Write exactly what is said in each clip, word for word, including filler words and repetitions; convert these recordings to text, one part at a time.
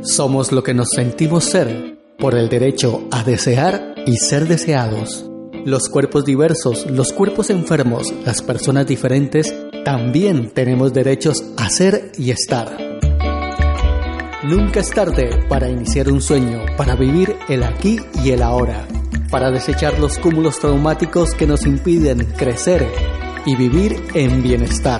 Somos lo que nos sentimos ser, por el derecho a desear y ser deseados. Los cuerpos diversos, los cuerpos enfermos, las personas diferentes, también tenemos derechos a ser y estar. Nunca es tarde para iniciar un sueño, para vivir el aquí y el ahora, para desechar los cúmulos traumáticos que nos impiden crecer y vivir en bienestar.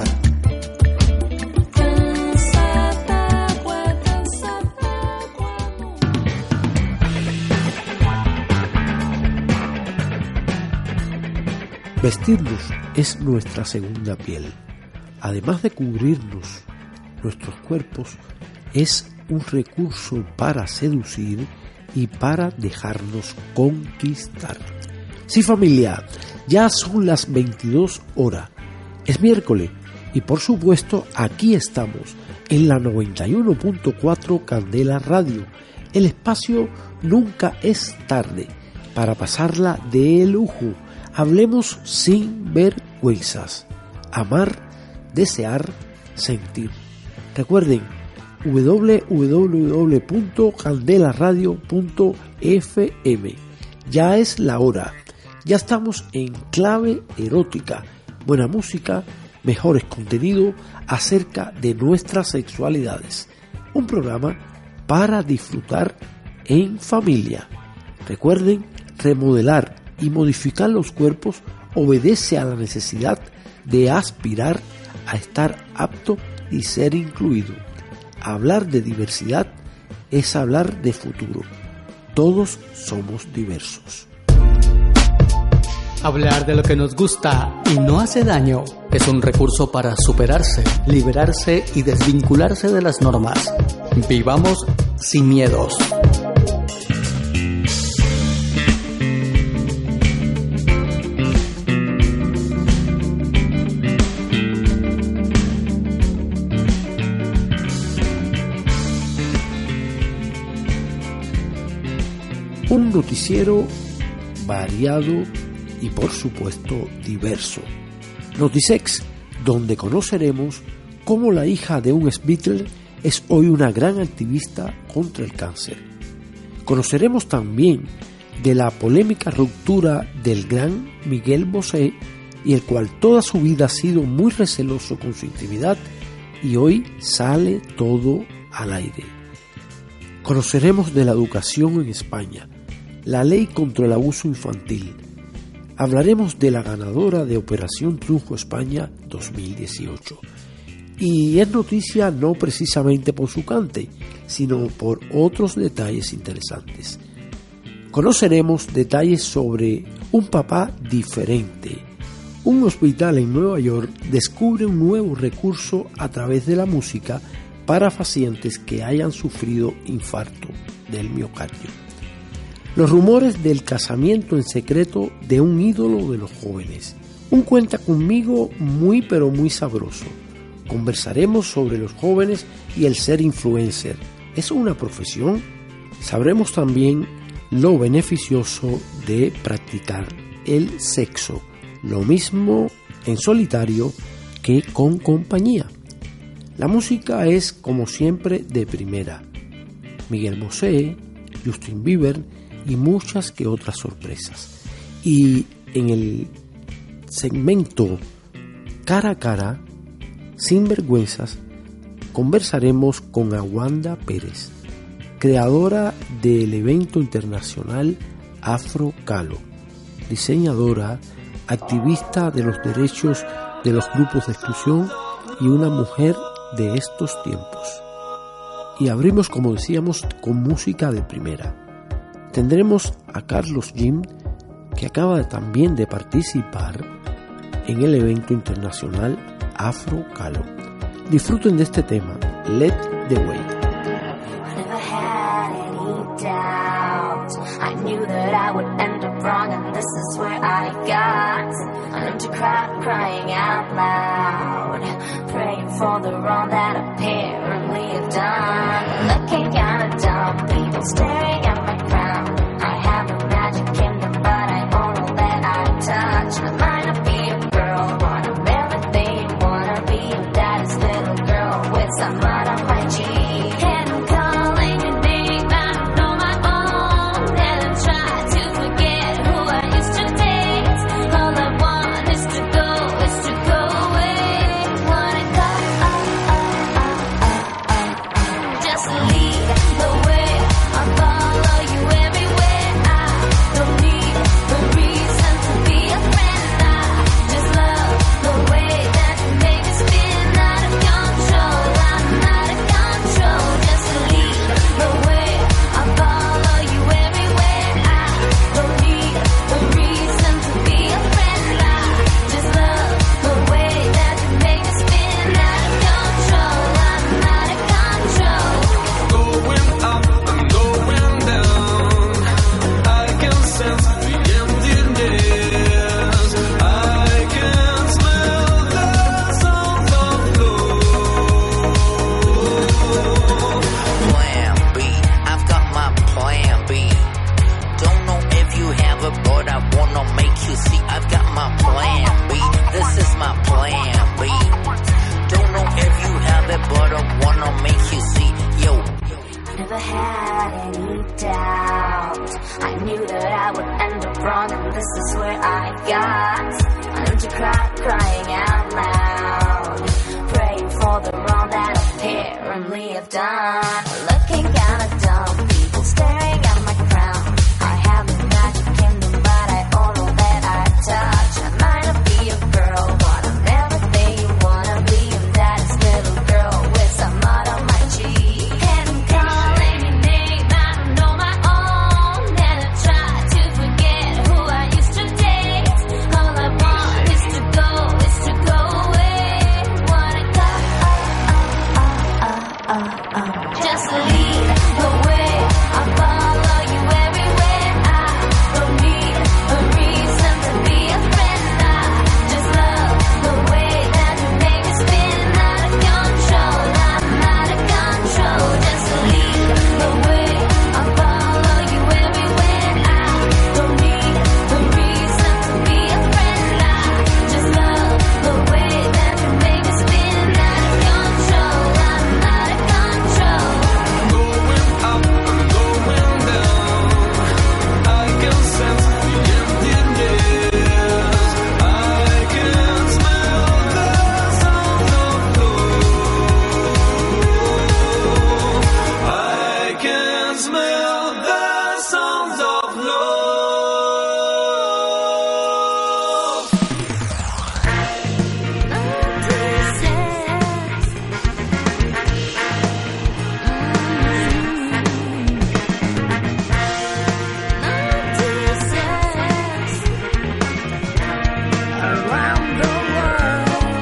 Vestirnos es nuestra segunda piel. Además de cubrirnos nuestros cuerpos, es un recurso para seducir y para dejarnos conquistar. Sí, familia, ya son las veintidós horas. Es miércoles y por supuesto aquí estamos en la noventa y uno punto cuatro Candela Radio. El espacio nunca es tarde para pasarla de lujo. Hablemos sin vergüenzas. Amar, desear, sentir. Recuerden, doble u doble u doble u punto candela radio punto efe eme. Ya es la hora. Ya estamos en clave erótica. Buena música, mejores contenidos acerca de nuestras sexualidades. Un programa para disfrutar en familia. Recuerden, remodelar y modificar los cuerpos obedece a la necesidad de aspirar a estar apto y ser incluido. Hablar de diversidad es hablar de futuro. Todos somos diversos. Hablar de lo que nos gusta y no hace daño es un recurso para superarse, liberarse y desvincularse de las normas. Vivamos sin miedos. Un noticiero variado y por supuesto diverso. Notisex, donde conoceremos cómo la hija de un ex-Beatle es hoy una gran activista contra el cáncer. Conoceremos también de la polémica ruptura del gran Miguel Bosé, y el cual toda su vida ha sido muy receloso con su intimidad y hoy sale todo al aire. Conoceremos de la educación en España, la ley contra el abuso infantil. Hablaremos de la ganadora de Operación Triunfo España dos mil dieciocho. Y es noticia no precisamente por su cante, sino por otros detalles interesantes. Conoceremos detalles sobre un papá diferente. Un hospital en Nueva York descubre un nuevo recurso a través de la música para pacientes que hayan sufrido infarto del miocardio. Los rumores del casamiento en secreto de un ídolo de los jóvenes. Un cuenta conmigo muy pero muy sabroso. Conversaremos sobre los jóvenes y el ser influencer. ¿Es una profesión? Sabremos también lo beneficioso de practicar el sexo. Lo mismo en solitario que con compañía. La música es, como siempre, de primera. Miguel Bosé, Justin Bieber y muchas que otras sorpresas. Y en el segmento Cara a Cara, sin vergüenzas, conversaremos con Awanda Pérez, creadora del evento internacional Afro-Calo, diseñadora, activista de los derechos de los grupos de exclusión y una mujer de estos tiempos. Y abrimos, como decíamos, con música de primera. Tendremos a Carlos Jim, que acaba también de participar en el evento internacional Afro-Calo. Disfruten de este tema, Let the Way. I never had any doubt. I knew that I would end up wrong, and this is where I got. I learned to cry, crying out loud, praying for the wrong that apparently I've done. Looking kinda dumb, people staring at my crown. I have a magic kingdom, but I own all that I touch. I might not be a girl, but I'm everything you wanna be. That is little girl with some mud on my cheek, and I'm calling you doubt. I knew that I would end up wrong, and this is where I got into cry, crying out loud, praying for the wrong that apparently I've done. Looking kinda dumb, people staring at my crown. I have a magic kingdom, but I own all that I touch. I might not be a girl, but I'm everything you wanna be, and that is little girl with some mud on my cheek. And I'm calling your name, I don't know my own, and I try to forget who I used to date. All I want is to go, is to go away. Wanna go, oh, oh, oh, oh, oh. Just lead the way, I'll follow you everywhere. I don't need a reason to be a friend. I just love the way that you make me spin out of control. I'm out of control. Just lead the way, I'll follow you everywhere. I don't need a reason to be a friend. I just love the way that you make me spin out of control. I'm out of control. Going up, I'm going down. I can sense the emptiness. I can smell the sound of love. I can smell the sounds of love. Around the world.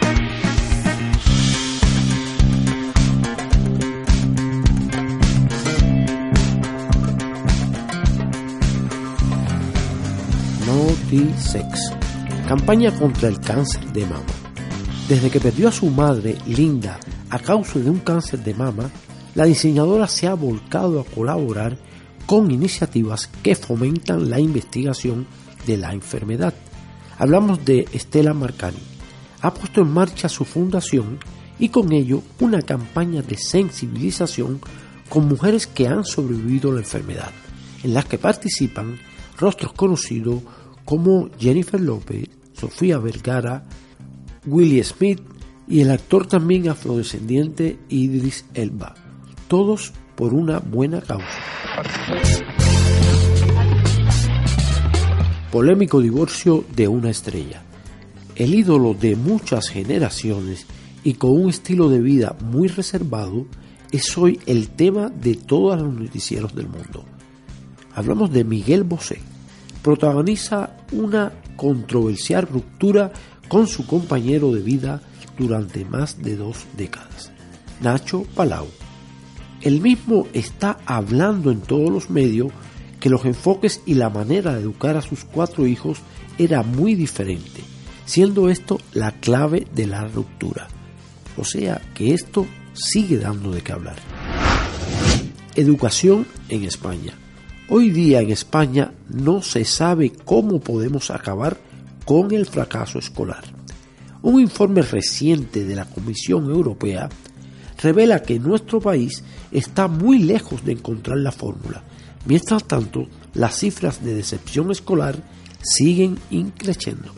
Notisex, campaña contra el cáncer de mama. Desde que perdió a su madre, Linda, a causa de un cáncer de mama, la diseñadora se ha volcado a colaborar con iniciativas que fomentan la investigación de la enfermedad. Hablamos de Stella Marcani. Ha puesto en marcha su fundación y con ello una campaña de sensibilización con mujeres que han sobrevivido a la enfermedad, en las que participan rostros conocidos como Jennifer López, Sofía Vergara, Willie Smith y el actor también afrodescendiente Idris Elba, todos por una buena causa. Polémico divorcio de una estrella. El ídolo de muchas generaciones y con un estilo de vida muy reservado es hoy el tema de todos los noticieros del mundo. Hablamos de Miguel Bosé. Protagoniza una controversial ruptura con su compañero de vida durante más de dos décadas, Nacho Palau. El mismo está hablando en todos los medios que los enfoques y la manera de educar a sus cuatro hijos era muy diferente, siendo esto la clave de la ruptura. O sea que esto sigue dando de qué hablar. Educación en España. Hoy día en España no se sabe cómo podemos acabar con el fracaso escolar. Un informe reciente de la Comisión Europea revela que nuestro país está muy lejos de encontrar la fórmula. Mientras tanto, las cifras de decepción escolar siguen increciendo.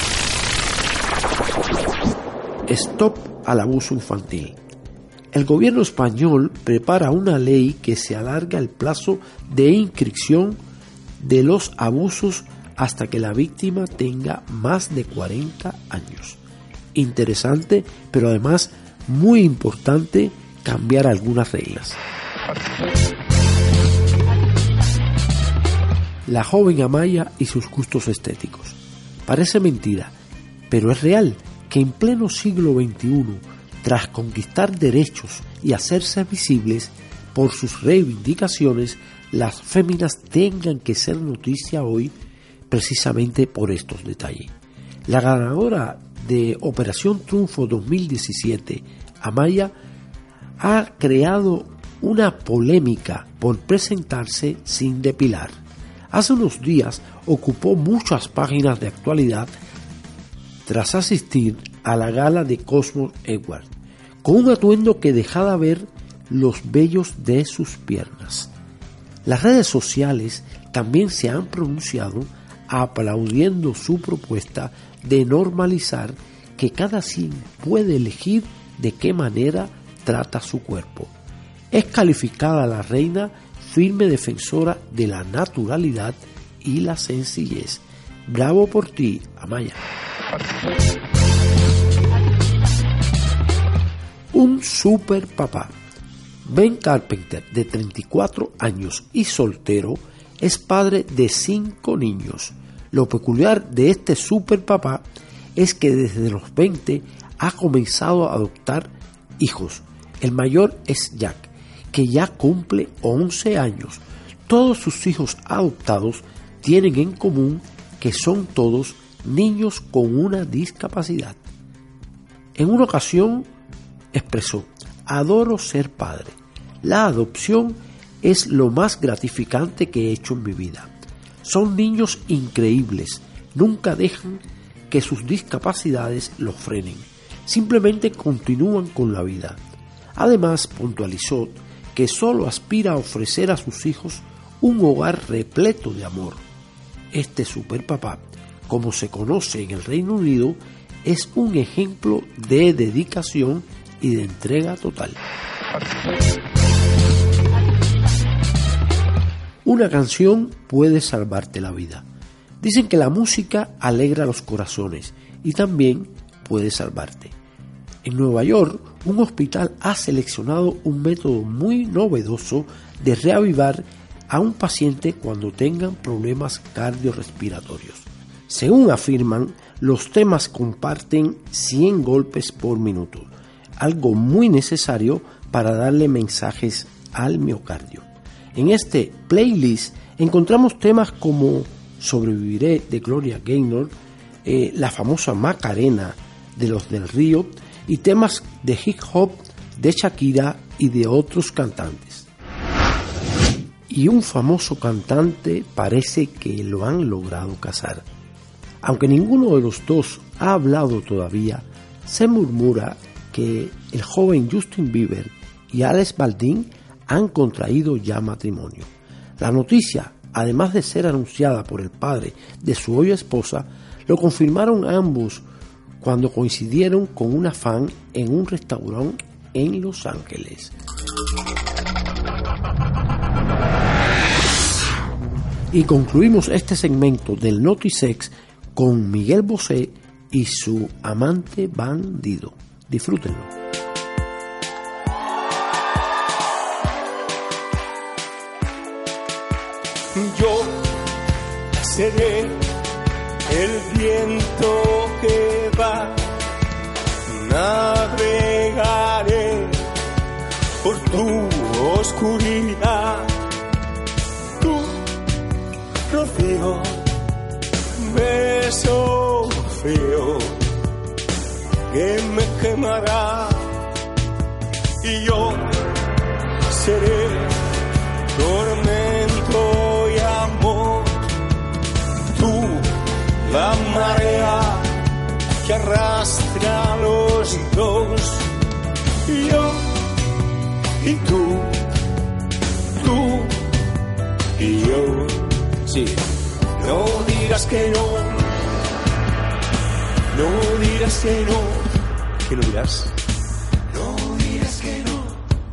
Stop al abuso infantil. El gobierno español prepara una ley que se alarga el plazo de inscripción de los abusos hasta que la víctima tenga más de cuarenta años. Interesante, pero además muy importante cambiar algunas reglas. La joven Amaya y sus gustos estéticos. Parece mentira, pero es real que en pleno siglo veintiuno, tras conquistar derechos y hacerse visibles por sus reivindicaciones, las féminas tengan que ser noticia hoy precisamente por estos detalles. La ganadora de Operación Triunfo dos mil diecisiete, Amaya, ha creado una polémica por presentarse sin depilar. Hace unos días ocupó muchas páginas de actualidad tras asistir a la gala de Cosmo Edward, con un atuendo que dejaba ver los vellos de sus piernas. Las redes sociales también se han pronunciado aplaudiendo su propuesta de normalizar que cada quien puede elegir de qué manera trata su cuerpo. Es calificada la reina firme defensora de la naturalidad y la sencillez. Bravo por ti, Amaya. Un super papá. Ben Carpenter, de treinta y cuatro años y soltero, es padre de cinco niños. Lo peculiar de este super papá es que desde los veinte ha comenzado a adoptar hijos. El mayor es Jack, que ya cumple once años. Todos sus hijos adoptados tienen en común que son todos niños con una discapacidad. En una ocasión expresó: adoro ser padre. La adopción es lo más gratificante que he hecho en mi vida. Son niños increíbles, nunca dejan que sus discapacidades los frenen, simplemente continúan con la vida. Además, puntualizó que solo aspira a ofrecer a sus hijos un hogar repleto de amor. Este superpapá, como se conoce en el Reino Unido, es un ejemplo de dedicación y de entrega total. Una canción puede salvarte la vida. Dicen que la música alegra los corazones y también puede salvarte. En Nueva York, un hospital ha seleccionado un método muy novedoso de reavivar a un paciente cuando tengan problemas cardiorrespiratorios. Según afirman, los temas comparten cien golpes por minuto, algo muy necesario para darle mensajes al miocardio. En este playlist encontramos temas como Sobreviviré de Gloria Gaynor, eh, la famosa Macarena de los Del Río y temas de hip hop de Shakira y de otros cantantes. Y un famoso cantante parece que lo han logrado casar. Aunque ninguno de los dos ha hablado todavía, se murmura que el joven Justin Bieber y Alex Baldwin han contraído ya matrimonio. La noticia, además de ser anunciada por el padre de su hoy esposa, lo confirmaron ambos cuando coincidieron con una fan en un restaurante en Los Ángeles. Y concluimos este segmento del Notisex con Miguel Bosé y su amante bandido. Disfrútenlo. Yo seré el viento que va, navegaré por tu oscuridad, tu rocío, beso frío que me quemará, y yo seré tormento y amor, tú la marea que arrastra a los dos, y yo y tú, tú y yo. Sí, no digas que no, no digas que no, ¿qué no dirás? No digas que no.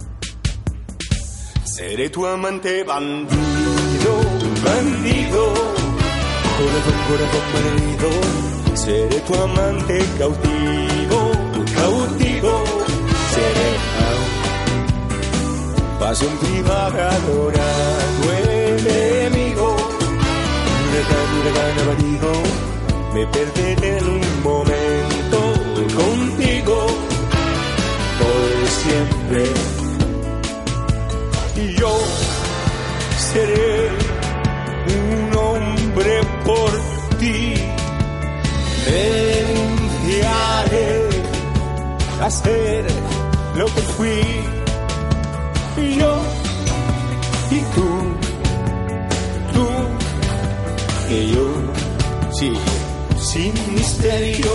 Seré tu amante bandido, bandido, corazón, corazón bandido. Seré tu amante cautivo, cautivo. Seré pasión privada, adorado enemigo. Huracán, huracán abatido, me perderé en un momento contigo por siempre. Y yo seré un hombre por ti, te enviaré a ser lo que fui. Y yo y tú, tú y yo, sí, sin misterio,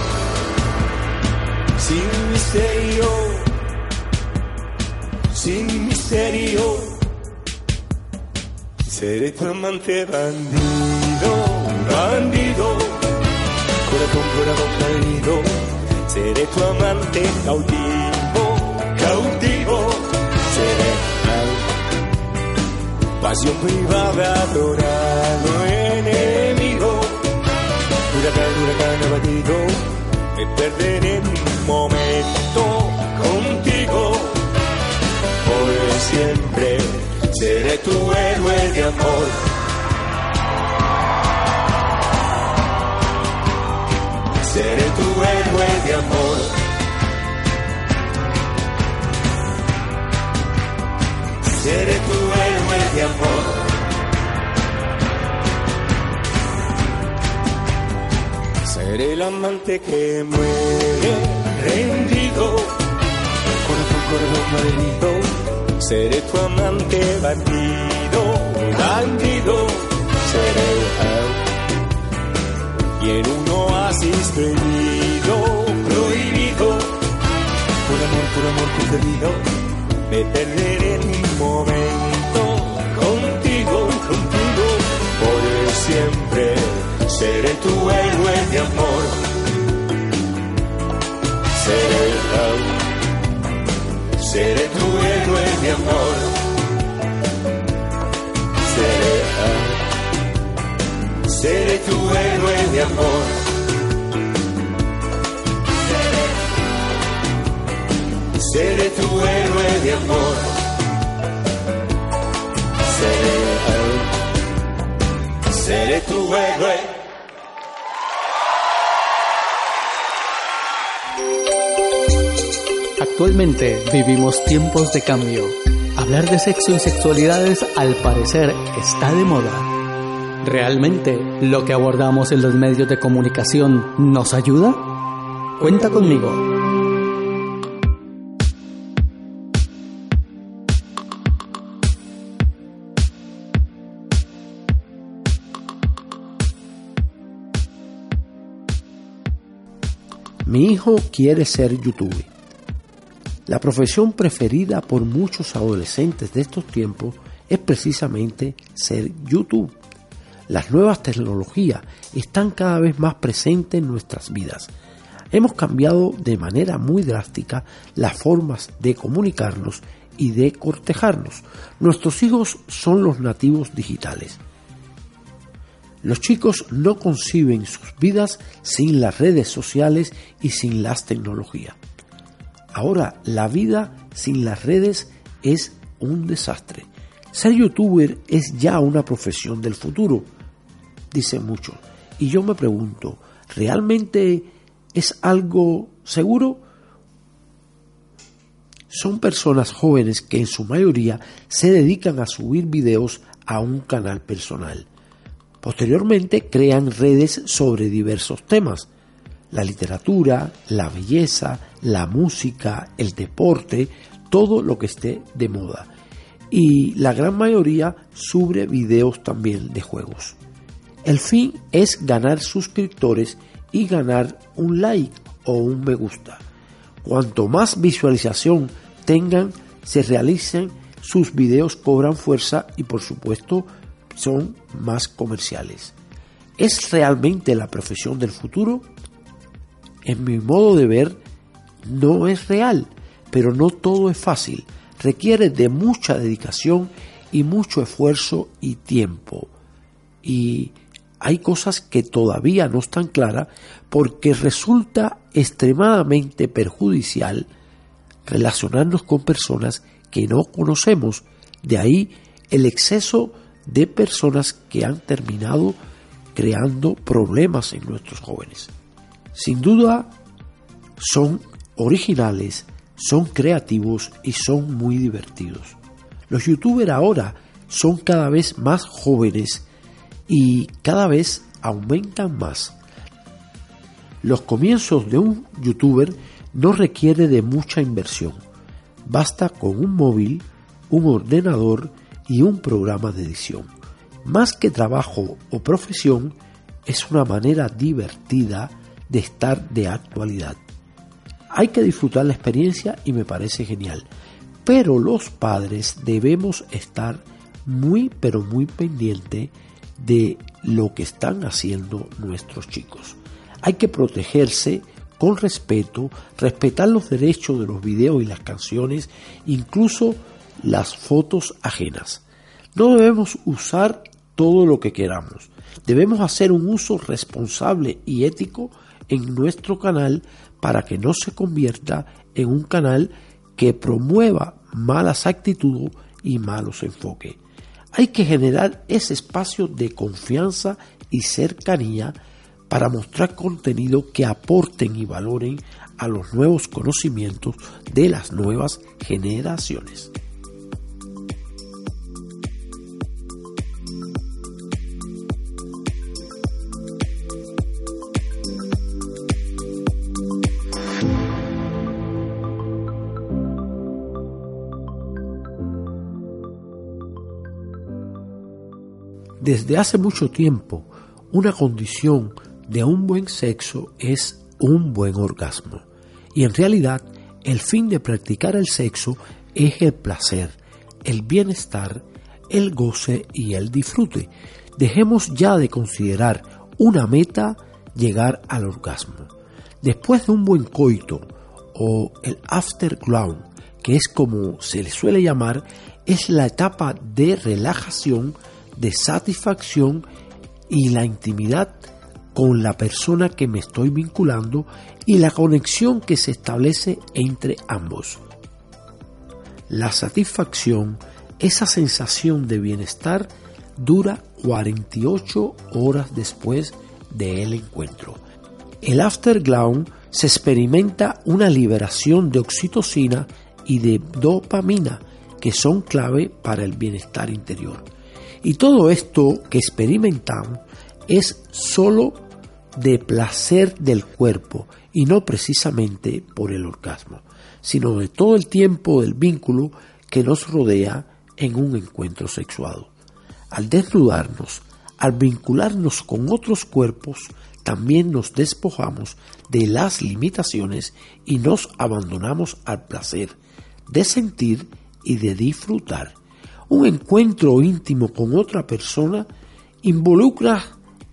sin misterio, sin misterio. seré tu amante bandido, bandido, corazón, corazón perdido, seré tu amante cautivo, cautivo, seré pasión privada, adorado enemigo, huracán, huracán abatido, me perderé en un momento contigo, por siempre seré tu héroe de amor. Seré tu héroe de amor. Seré tu héroe de amor. Seré el amante que muere rendido, corazón, corazón malherido. Seré tu amante bandido, bandido. Seré el, y en un oasis prohibido, prohibido, por amor, por amor concedido, me perderé en un momento contigo, contigo, por siempre seré tu héroe de amor. Seré el, seré tu héroe de amor. Seré el, seré tu héroe de amor. Seré tu héroe de amor. Seré, seré tu héroe. Actualmente vivimos tiempos de cambio. Hablar de sexo y sexualidades al parecer está de moda. ¿Realmente lo que abordamos en los medios de comunicación nos ayuda? Cuenta conmigo. Mi hijo quiere ser youtuber. La profesión preferida por muchos adolescentes de estos tiempos es precisamente ser YouTube. Las nuevas tecnologías están cada vez más presentes en nuestras vidas. Hemos cambiado de manera muy drástica las formas de comunicarnos y de cortejarnos. Nuestros hijos son los nativos digitales. Los chicos no conciben sus vidas sin las redes sociales y sin las tecnologías. Ahora, la vida sin las redes es un desastre. Ser youtuber es ya una profesión del futuro, dicen muchos. Y yo me pregunto, ¿realmente es algo seguro? Son personas jóvenes que en su mayoría se dedican a subir videos a un canal personal. Posteriormente crean redes sobre diversos temas: la literatura, la belleza, la música, el deporte, todo lo que esté de moda. Y la gran mayoría sube videos también de juegos. El fin es ganar suscriptores y ganar un like o un me gusta. Cuanto más visualización tengan, se realicen, sus videos cobran fuerza y por supuesto son más comerciales. ¿Es realmente la profesión del futuro? En mi modo de ver, no es real, pero no todo es fácil. Requiere de mucha dedicación y mucho esfuerzo y tiempo. Y hay cosas que todavía no están claras porque resulta extremadamente perjudicial relacionarnos con personas que no conocemos. De ahí el exceso de personas que han terminado creando problemas en nuestros jóvenes. Sin duda son originales, son creativos y son muy divertidos. Los youtubers ahora son cada vez más jóvenes y cada vez aumentan más. Los comienzos de un youtuber no requiere de mucha inversión. Basta con un móvil, un ordenador y un programa de edición. Más que trabajo o profesión, es una manera divertida de estar de actualidad. Hay que disfrutar la experiencia y me parece genial, pero los padres debemos estar muy pero muy pendiente de lo que están haciendo nuestros chicos. Hay que protegerse con respeto, respetar los derechos de los videos y las canciones, incluso las fotos ajenas. No debemos usar todo lo que queramos. Debemos hacer un uso responsable y ético en nuestro canal para que no se convierta en un canal que promueva malas actitudes y malos enfoques. Hay que generar ese espacio de confianza y cercanía para mostrar contenido que aporten y valoren a los nuevos conocimientos de las nuevas generaciones. Desde hace mucho tiempo, una condición de un buen sexo es un buen orgasmo. Y en realidad, el fin de practicar el sexo es el placer, el bienestar, el goce y el disfrute. Dejemos ya de considerar una meta llegar al orgasmo. Después de un buen coito, o el afterglow, que es como se le suele llamar, es la etapa de relajación, de satisfacción y la intimidad con la persona que me estoy vinculando y la conexión que se establece entre ambos. La satisfacción, esa sensación de bienestar, dura cuarenta y ocho horas después del encuentro. El afterglow se experimenta una liberación de oxitocina y de dopamina que son clave para el bienestar interior. Y todo esto que experimentamos es solo de placer del cuerpo y no precisamente por el orgasmo, sino de todo el tiempo del vínculo que nos rodea en un encuentro sexual. Al desnudarnos, al vincularnos con otros cuerpos, también nos despojamos de las limitaciones y nos abandonamos al placer de sentir y de disfrutar. Un encuentro íntimo con otra persona involucra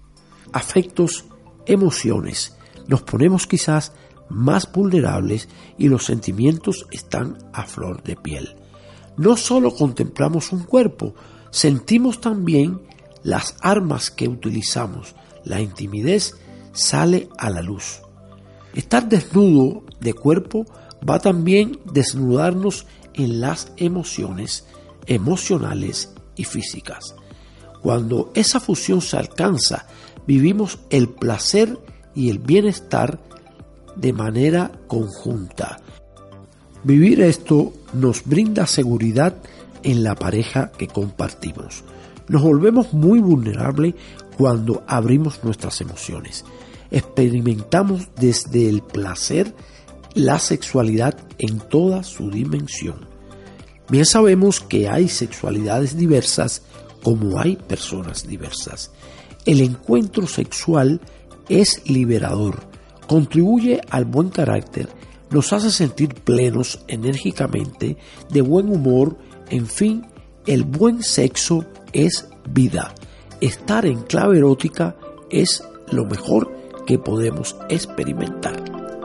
afectos, emociones. Nos ponemos quizás más vulnerables y los sentimientos están a flor de piel. No solo contemplamos un cuerpo, sentimos también las armas que utilizamos. La intimidad sale a la luz. Estar desnudo de cuerpo va también a desnudarnos en las emociones emocionales y físicas. Cuando esa fusión se alcanza, vivimos el placer y el bienestar de manera conjunta. Vivir esto nos brinda seguridad en la pareja que compartimos. Nos volvemos muy vulnerables cuando abrimos nuestras emociones. Experimentamos desde el placer la sexualidad en toda su dimensión. Bien sabemos que hay sexualidades diversas como hay personas diversas. El encuentro sexual es liberador, contribuye al buen carácter, nos hace sentir plenos enérgicamente, de buen humor, en fin, el buen sexo es vida. Estar en clave erótica es lo mejor que podemos experimentar.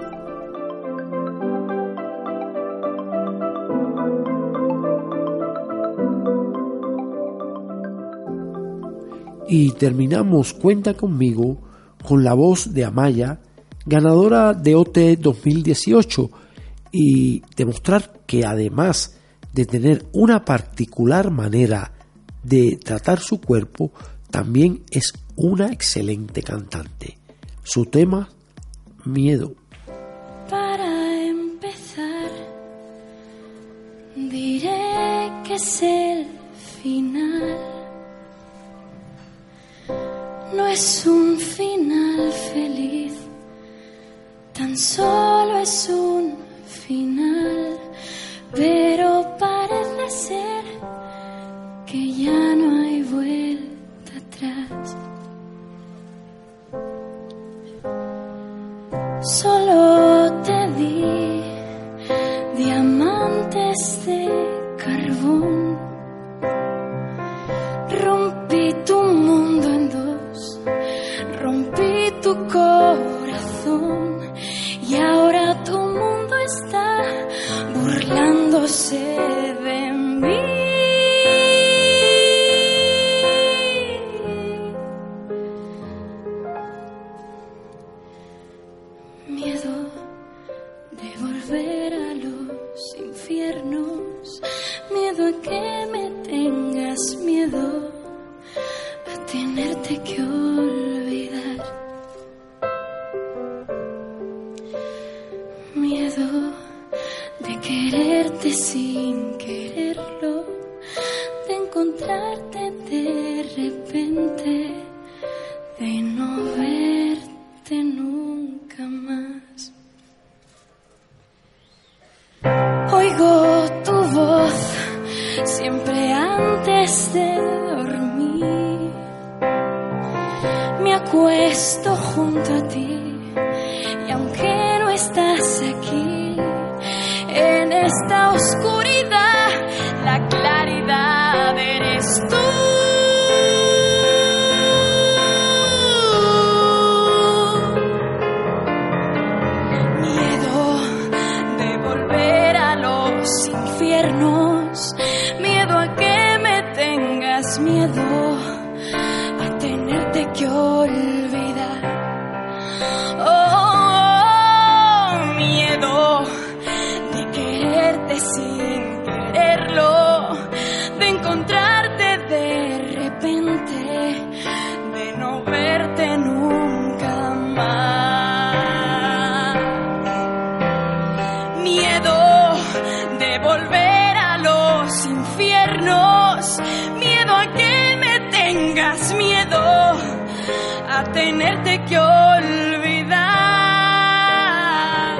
Y terminamos Cuenta Conmigo con la voz de Amaya, ganadora de O T dos mil dieciocho, y demostrar que además de tener una particular manera de tratar su cuerpo, también es una excelente cantante. Su tema, Miedo. Para empezar, diré que es el final. No es un final feliz, tan solo es un final, pero parece ser que ya no hay vuelta atrás. Solo te di diamantes de carbón miedo a que me tengas miedo a tenerte que olvidar. Miedo de quererte sin quererlo, de encontrarte de repente, de no verte nunca más. Oigo tu voz siempre antes de dormir. Me acuesto junto a ti y aunque no estás aquí, en esta oscuridad la claridad eres tú. Miedo a que me tengas miedo a tenerte que olvidar. Oh, miedo de quererte sin quererlo, de encontrarte de repente, de no verte nunca más. Miedo de volver infiernos, miedo a que me tengas miedo a tenerte que olvidar.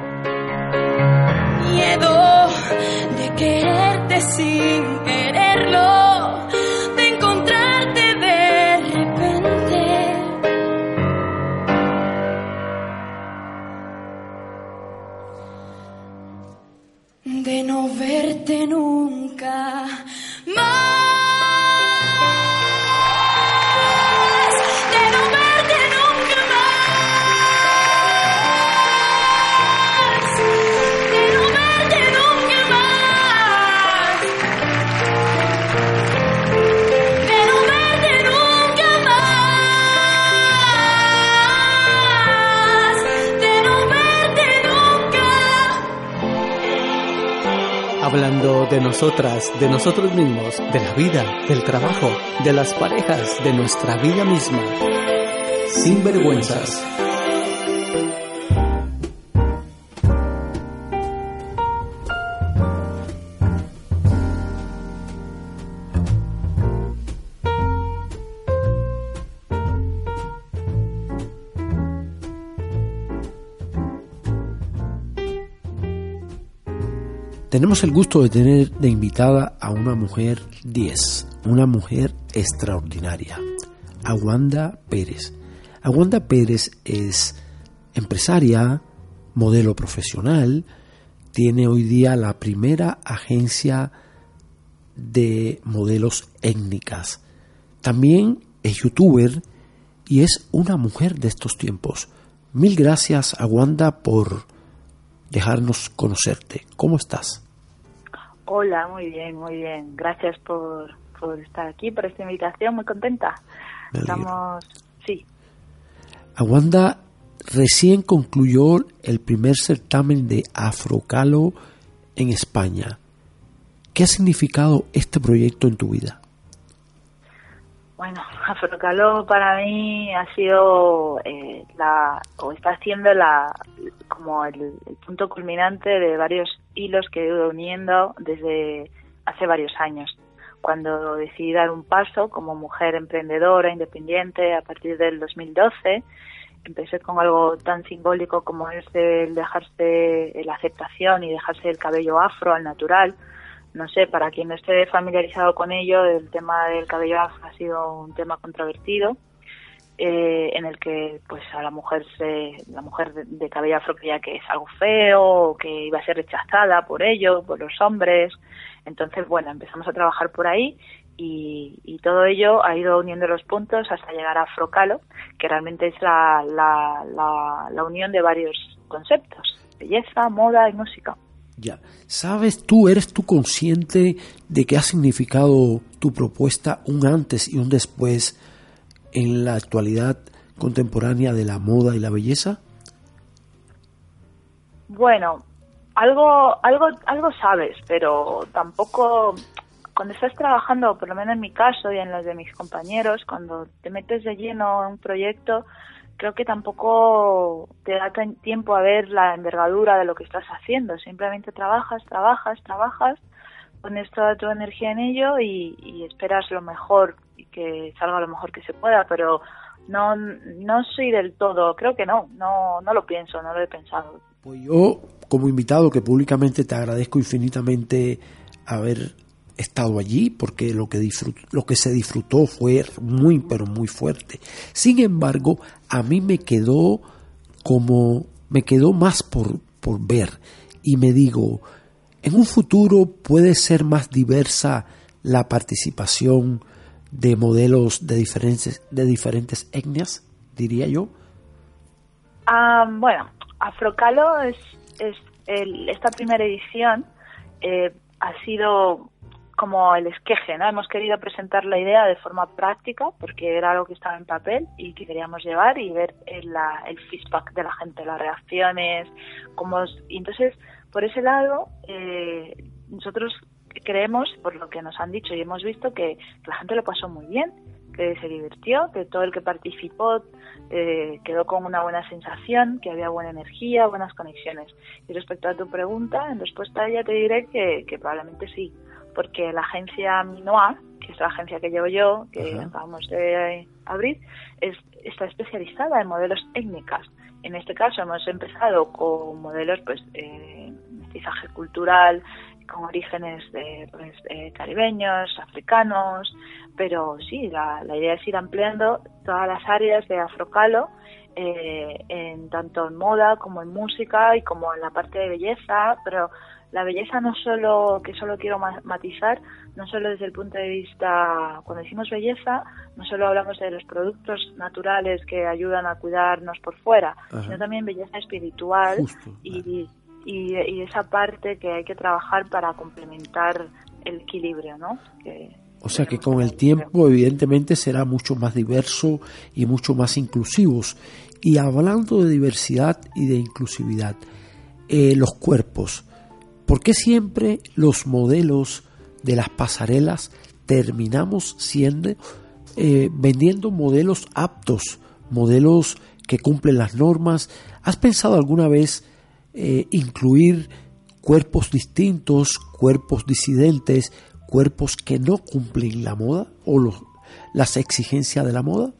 Miedo de quererte sin quererlo, de encontrarte de repente, de no verte nunca más. Hablando de nosotras, de nosotros mismos, de la vida, del trabajo, de las parejas, de nuestra vida misma. Sin vergüenzas. Tenemos el gusto de tener de invitada a una mujer diez, una mujer extraordinaria, Awanda Pérez. Awanda Pérez es empresaria, modelo profesional, tiene hoy día la primera agencia de modelos étnicas. También es youtuber y es una mujer de estos tiempos. Mil gracias, Awanda, por dejarnos conocerte. ¿Cómo estás? Hola, muy bien, muy bien. Gracias por, por estar aquí, por esta invitación, muy contenta. Estamos, sí. Awanda recién concluyó el primer certamen de Afrocalo en España. ¿Qué ha significado este proyecto en tu vida? Bueno, Afrocalo para mí ha sido eh, la, o está siendo la, como el, el punto culminante de varios hilos que he ido uniendo desde hace varios años. Cuando decidí dar un paso como mujer emprendedora, independiente, a partir del dos mil doce, empecé con algo tan simbólico como es el dejarse la aceptación y dejarse el cabello afro al natural. No sé, para quien no esté familiarizado con ello, el tema del cabello afro ha sido un tema controvertido, eh, en el que pues a la mujer se, la mujer de, de cabello afro creía que es algo feo, o que iba a ser rechazada por ello, por los hombres. Entonces, bueno, empezamos a trabajar por ahí y, y todo ello ha ido uniendo los puntos hasta llegar a Afrocalo, que realmente es la, la, la, la unión de varios conceptos: belleza, moda y música. Ya, ¿sabes tú, eres tú consciente de qué ha significado tu propuesta un antes y un después en la actualidad contemporánea de la moda y la belleza? Bueno, algo, algo, algo sabes, pero tampoco, cuando estás trabajando, por lo menos en mi caso y en los de mis compañeros, cuando te metes de lleno en un proyecto, creo que tampoco te da tiempo a ver la envergadura de lo que estás haciendo. Simplemente trabajas, trabajas, trabajas, pones toda tu energía en ello y, y esperas lo mejor y que salga lo mejor que se pueda, pero no no soy del todo, creo que no, no no lo pienso, no lo he pensado. Pues yo, como invitado, que públicamente te agradezco infinitamente haber estado allí, porque lo que disfrut, lo que se disfrutó fue muy, pero muy fuerte. Sin embargo, a mí me quedó como, me quedó más por, por ver, y me digo, en un futuro puede ser más diversa la participación de modelos de diferentes, de diferentes etnias, diría yo. Ah, bueno, Afrocalo es, es el, esta primera edición eh, ha sido como el esqueje, ¿no? Hemos querido presentar la idea de forma práctica porque era algo que estaba en papel y que queríamos llevar y ver el, la, el feedback de la gente, las reacciones, cómo, y entonces por ese lado eh, nosotros creemos, por lo que nos han dicho y hemos visto, que la gente lo pasó muy bien, que se divirtió, que todo el que participó eh, quedó con una buena sensación, que había buena energía, buenas conexiones. Y respecto a tu pregunta, en respuesta a ella te diré que, que probablemente sí, porque la agencia Minoa, que es la agencia que llevo yo, que Ajá. acabamos de abrir, es, está especializada en modelos étnicas. En este caso hemos empezado con modelos pues eh, mestizaje cultural, con orígenes de, pues, eh, caribeños, africanos, pero sí, la, la idea es ir ampliando todas las áreas de Afrocalo, eh, en tanto en moda como en música y como en la parte de belleza, pero la belleza no solo, que solo quiero matizar, no solo desde el punto de vista, cuando decimos belleza, no solo hablamos de los productos naturales que ayudan a cuidarnos por fuera, Ajá. sino también belleza espiritual Justo, y, y, y esa parte que hay que trabajar para complementar el equilibrio, ¿no? Que, o sea que con el tiempo evidentemente será mucho más diverso y mucho más inclusivos. Y hablando de diversidad y de inclusividad, eh, los cuerpos, ¿por qué siempre los modelos de las pasarelas terminamos siendo eh, vendiendo modelos aptos, modelos que cumplen las normas? ¿Has pensado alguna vez eh, incluir cuerpos distintos, cuerpos disidentes, cuerpos que no cumplen la moda o los, las exigencias de la moda?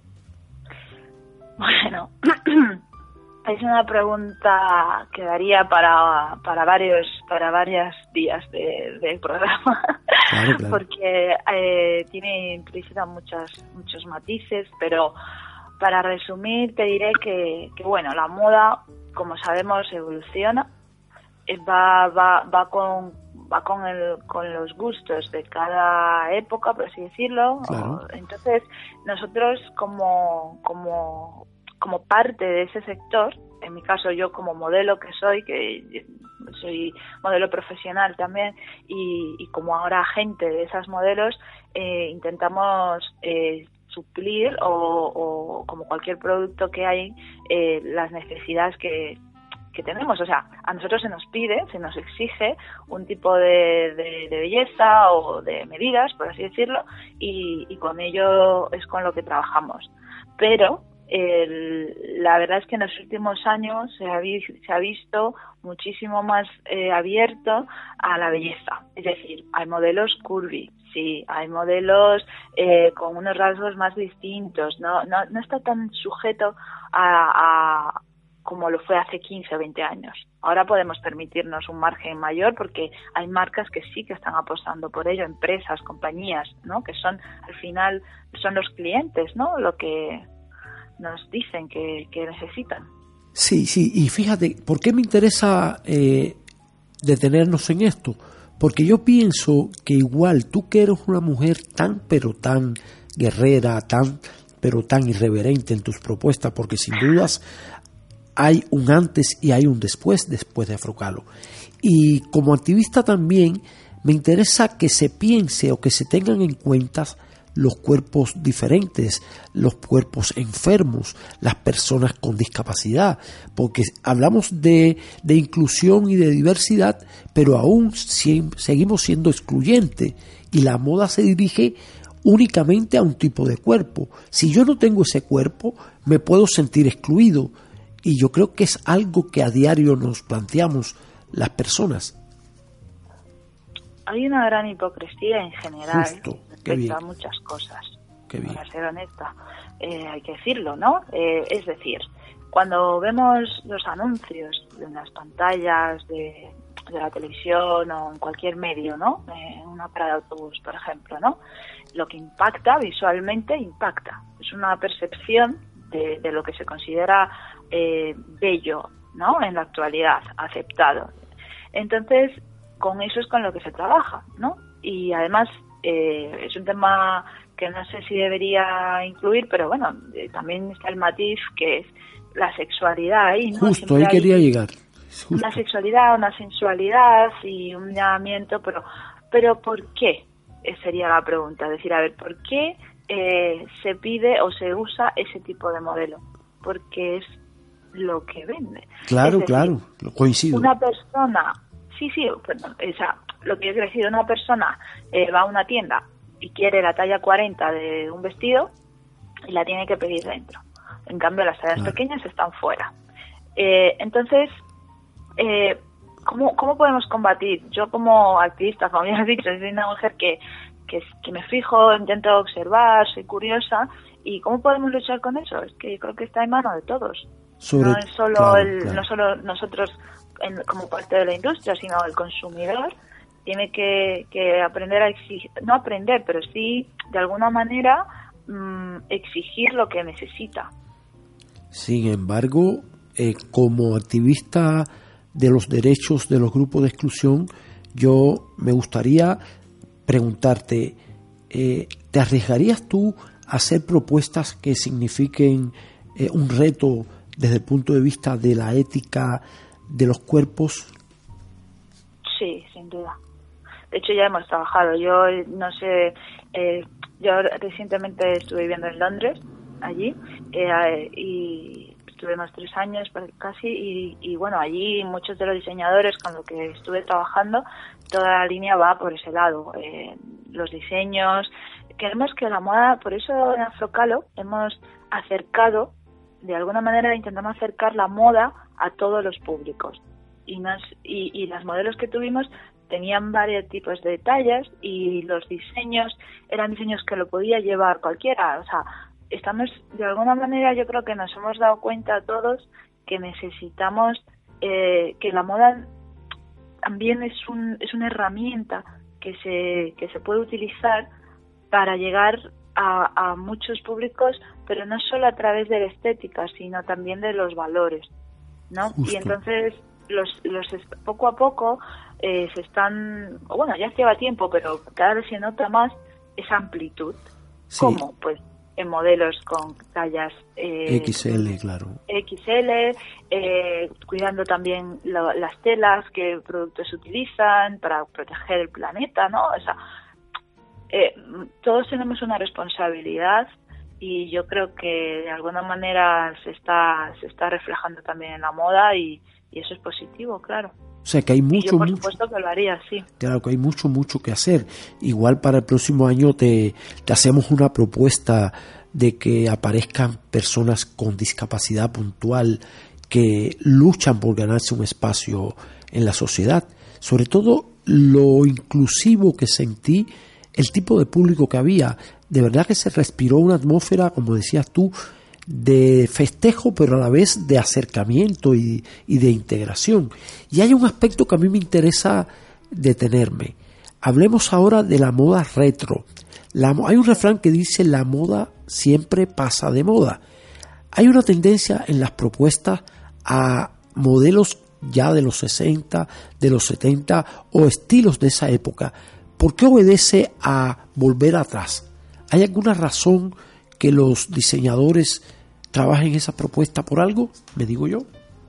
Bueno, es una pregunta que daría para para varios para varios días de, del programa, claro, claro. porque eh, tiene implícita muchas muchos matices, pero para resumir te diré que, que bueno, la moda, como sabemos, evoluciona, va va va con va con el con los gustos de cada época, por así decirlo. Claro. Entonces nosotros como como como parte de ese sector, en mi caso yo como modelo que soy, que soy modelo profesional también, y, y como ahora agente de esas modelos, eh, intentamos eh, suplir o, o como cualquier producto que hay, eh, las necesidades que, que tenemos. O sea, a nosotros se nos pide, se nos exige un tipo de, de, de belleza o de medidas, por así decirlo, y, y con ello es con lo que trabajamos. Pero El, la verdad es que en los últimos años se ha, vi, se ha visto muchísimo más eh, abierto a la belleza. Es decir, hay modelos curvy, sí, hay modelos eh, con unos rasgos más distintos. No, no, no está tan sujeto a, a como lo fue hace quince o veinte años. Ahora podemos permitirnos un margen mayor porque hay marcas que sí que están apostando por ello, empresas, compañías, ¿no? Que son, al final, son los clientes, ¿no? Lo que nos dicen que, que necesitan. Sí, sí, y fíjate, ¿por qué me interesa eh, detenernos en esto? Porque yo pienso que igual tú que eres una mujer tan pero tan guerrera, tan pero tan irreverente en tus propuestas, porque sin dudas hay un antes y hay un después, después de Afrocalo. Y como activista también me interesa que se piense o que se tengan en cuenta los cuerpos diferentes, los cuerpos enfermos, las personas con discapacidad, porque hablamos de, de inclusión y de diversidad, pero aún si, seguimos siendo excluyentes, y la moda se dirige únicamente a un tipo de cuerpo. Si yo no tengo ese cuerpo, me puedo sentir excluido, y yo creo que es algo que a diario nos planteamos las personas. Hay una gran hipocresía en general Justo. respecto a muchas cosas. Qué bien. Para ser honesta, eh, hay que decirlo, ¿no? Eh, es decir, cuando vemos los anuncios en las pantallas de, de la televisión o en cualquier medio, ¿no? En una parada de autobús, por ejemplo, ¿no? Lo que impacta visualmente impacta. Es una percepción de, de lo que se considera eh, bello, ¿no? En la actualidad, aceptado. Entonces, con eso es con lo que se trabaja, ¿no? Y además eh, es un tema que no sé si debería incluir, pero bueno, eh, también está el matiz que es la sexualidad ahí, ¿no? Justo, Siempre ahí quería hay llegar. Justo. Una sexualidad, una sensualidad y un llamamiento, pero, pero ¿por qué? Eh, sería la pregunta. Es decir, a ver, ¿por qué eh, se pide o se usa ese tipo de modelo? Porque es lo que vende. Claro, Es decir, claro, lo coincido. Una persona, sí, sí, perdón, o sea, lo que yo quiero decir, una persona eh, va a una tienda y quiere la talla cuarenta de un vestido y la tiene que pedir dentro. En cambio, las tallas Claro. pequeñas están fuera. Eh, entonces, eh, ¿cómo, ¿cómo podemos combatir? Yo como activista, como ya has dicho, soy una mujer que, que, que me fijo, intento observar, soy curiosa. ¿Y cómo podemos luchar con eso? Es que yo creo que está en manos de todos. Sobre- no es solo claro, el, claro. no solo nosotros en- como parte de la industria, sino el consumidor tiene que, que aprender a exigir, no aprender, pero sí de alguna manera mmm, exigir lo que necesita. Sin embargo, eh, como activista de los derechos de los grupos de exclusión, yo me gustaría preguntarte, eh, ¿te arriesgarías tú a hacer propuestas que signifiquen eh, un reto desde el punto de vista de la ética de los cuerpos? Sí, sin duda. De hecho, ya hemos trabajado. Yo, eh, no sé, eh, yo recientemente estuve viviendo en Londres, allí, eh, y estuve unos tres años casi, y, y bueno, allí muchos de los diseñadores con los que estuve trabajando, toda la línea va por ese lado. Eh, los diseños, queremos que la moda, por eso en Afrocalo hemos acercado, de alguna manera intentamos acercar la moda a todos los públicos. Y, nos, y, y las modelos que tuvimos tenían varios tipos de tallas y los diseños eran diseños que lo podía llevar cualquiera. O sea, estamos, de alguna manera, yo creo que nos hemos dado cuenta todos que necesitamos eh, que la moda también es un es una herramienta que se que se puede utilizar para llegar a, a muchos públicos, pero no solo a través de la estética, sino también de los valores, ¿no? Justo. Y entonces los los poco a poco eh, se están, bueno, ya lleva tiempo, pero cada vez se nota más esa amplitud. Sí. ¿Cómo? Pues en modelos con tallas eh, X L, claro. X L, eh, cuidando también lo, las telas que productos utilizan para proteger el planeta, ¿no? O sea, eh, todos tenemos una responsabilidad y yo creo que de alguna manera se está se está reflejando también en la moda y, y eso es positivo, claro. O sea que hay Y mucho, yo por mucho, supuesto que lo haría, sí. claro que hay mucho, mucho que hacer. Igual para el próximo año te, te hacemos una propuesta de que aparezcan personas con discapacidad puntual que luchan por ganarse un espacio en la sociedad. Sobre todo lo inclusivo que sentí, el tipo de público que había. De verdad que se respiró una atmósfera, como decías tú, de festejo, pero a la vez de acercamiento y, y de integración. Y hay un aspecto que a mí me interesa detenerme. Hablemos ahora de la moda retro. La, hay un refrán que dice: la moda siempre pasa de moda. Hay una tendencia en las propuestas a modelos ya de los sesenta, de los setenta o estilos de esa época. ¿Por qué obedece a volver atrás? ¿Hay alguna razón que los diseñadores trabajen esa propuesta por algo? Me digo yo.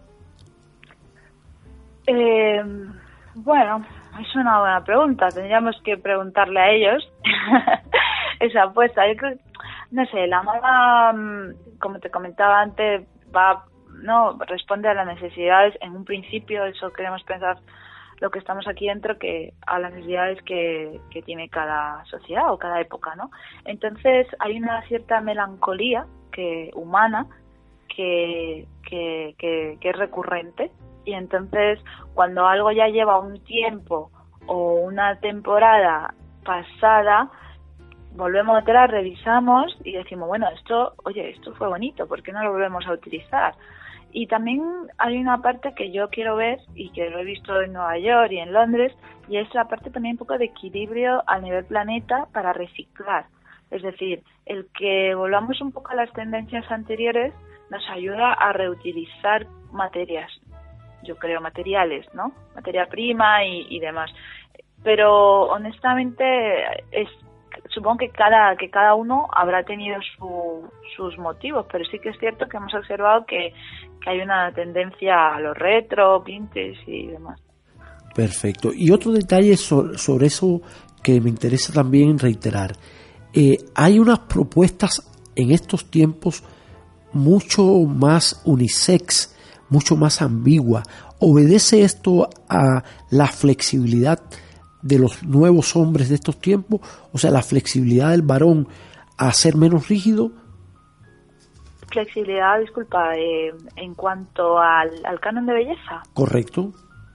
Eh, bueno, es una buena pregunta. Tendríamos que preguntarle a ellos. esa apuesta. Yo creo, no sé, la moda, mm, como te comentaba antes, va, no, responde a las necesidades en un principio, eso queremos pensar lo que estamos aquí dentro, que a las necesidades que, que tiene cada sociedad o cada época, ¿no? Entonces hay una cierta melancolía que humana que, que, que, que es recurrente, y entonces cuando algo ya lleva un tiempo o una temporada pasada, volvemos atrás, revisamos y decimos, bueno, esto, oye, esto fue bonito, ¿por qué no lo volvemos a utilizar? Y también hay una parte que yo quiero ver y que lo he visto en Nueva York y en Londres, y es la parte también un poco de equilibrio a nivel planeta para reciclar. Es decir, el que volvamos un poco a las tendencias anteriores nos ayuda a reutilizar materias, yo creo, materiales, ¿no? Materia prima y, y demás. Pero honestamente es supongo que cada que cada uno habrá tenido su, sus motivos, pero sí que es cierto que hemos observado que, que hay una tendencia a lo retro, Pinterest y demás. Perfecto. Y otro detalle sobre, sobre eso que me interesa también reiterar. Eh, hay unas propuestas en estos tiempos mucho más unisex, mucho más ambigua. ¿Obedece esto a la flexibilidad de los nuevos hombres de estos tiempos? O sea, la flexibilidad del varón a ser menos rígido. Flexibilidad, disculpa, eh, en cuanto al, al canon de belleza. Correcto.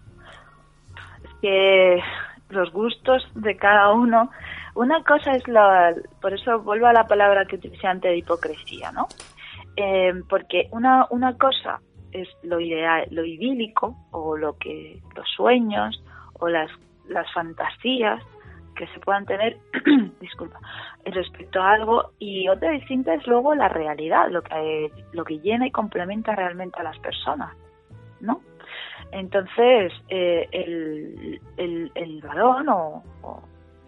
Es que los gustos de cada uno, una cosa es la, por eso vuelvo a la palabra que utilicé antes de hipocresía, ¿no? Eh, porque una una cosa es lo ideal, lo idílico, o lo que los sueños o las las fantasías que se puedan tener, disculpa, respecto a algo, y otra distinta es luego la realidad, lo que lo que llena y complementa realmente a las personas, ¿no? Entonces, eh, el, el, el varón o, o